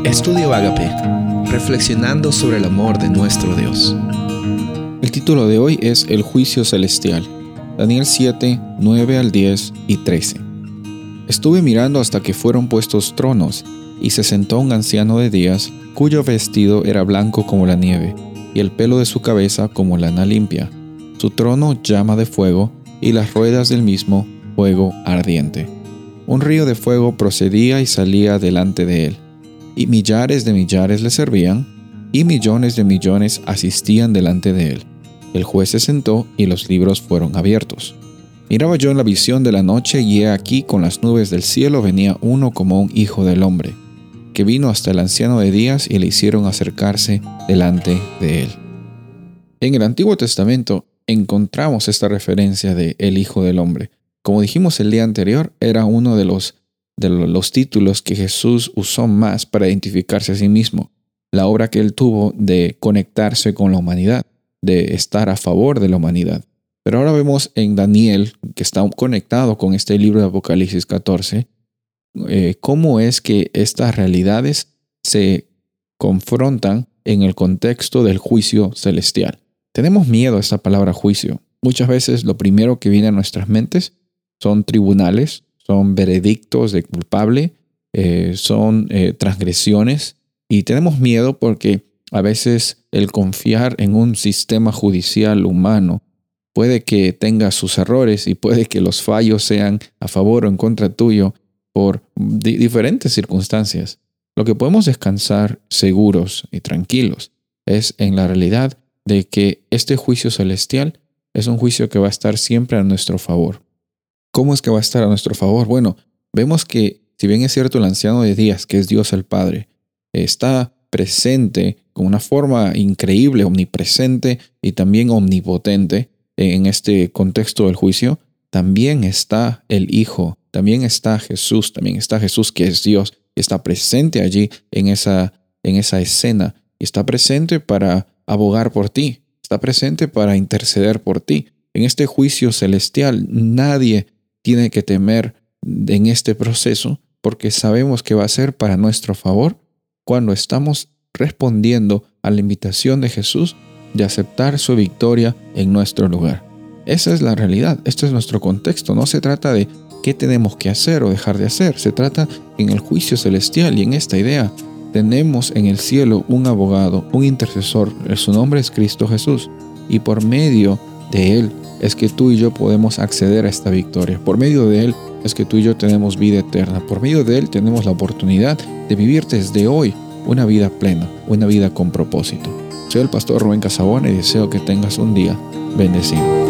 Estudio Ágape, reflexionando sobre el amor de nuestro Dios. El título de hoy es El juicio celestial. Daniel 7, 9 al 10 y 13. Estuve mirando hasta que fueron puestos tronos, y se sentó un anciano de días, cuyo vestido era blanco como la nieve, y el pelo de su cabeza como lana limpia. Su trono llama de fuego, y las ruedas del mismo fuego ardiente. Un río de fuego procedía y salía delante de él, y millares de millares le servían, y millones de millones asistían delante de él. El juez se sentó y los libros fueron abiertos. Miraba yo en la visión de la noche, y he aquí con las nubes del cielo venía uno como un hijo del hombre, que vino hasta el anciano de días y le hicieron acercarse delante de él. En el Antiguo Testamento encontramos esta referencia de el Hijo del Hombre. Como dijimos el día anterior, era uno de los títulos que Jesús usó más para identificarse a sí mismo. La obra que él tuvo de conectarse con la humanidad, de estar a favor de la humanidad. Pero ahora vemos en Daniel, que está conectado con este libro de Apocalipsis 14, cómo es que estas realidades se confrontan en el contexto del juicio celestial. Tenemos miedo a esta palabra juicio. Muchas veces lo primero que viene a nuestras mentes son tribunales, son veredictos de culpable, son transgresiones, y tenemos miedo porque a veces el confiar en un sistema judicial humano puede que tenga sus errores y puede que los fallos sean a favor o en contra tuyo por diferentes circunstancias. Lo que podemos descansar seguros y tranquilos es en la realidad de que este juicio celestial es un juicio que va a estar siempre a nuestro favor. ¿Cómo es que va a estar a nuestro favor? Bueno, vemos que, si bien es cierto, el anciano de días, que es Dios el Padre, está presente con una forma increíble, omnipresente y también omnipotente en este contexto del juicio, también está el Hijo, también está Jesús que es Dios, y está presente allí en esa escena, y está presente para abogar por ti, está presente para interceder por ti. En este juicio celestial nadie tiene que temer en este proceso, porque sabemos que va a ser para nuestro favor cuando estamos respondiendo a la invitación de Jesús de aceptar su victoria en nuestro lugar. Esa es la realidad, este es nuestro contexto. No se trata de qué tenemos que hacer o dejar de hacer, se trata en el juicio celestial, y en esta idea tenemos en el cielo un abogado, un intercesor, su nombre es Cristo Jesús, y por medio de Él es que tú y yo podemos acceder a esta victoria. Por medio de Él es que tú y yo tenemos vida eterna. Por medio de Él tenemos la oportunidad de vivir desde hoy una vida plena, una vida con propósito. Soy el pastor Rubén Casabona y deseo que tengas un día bendecido.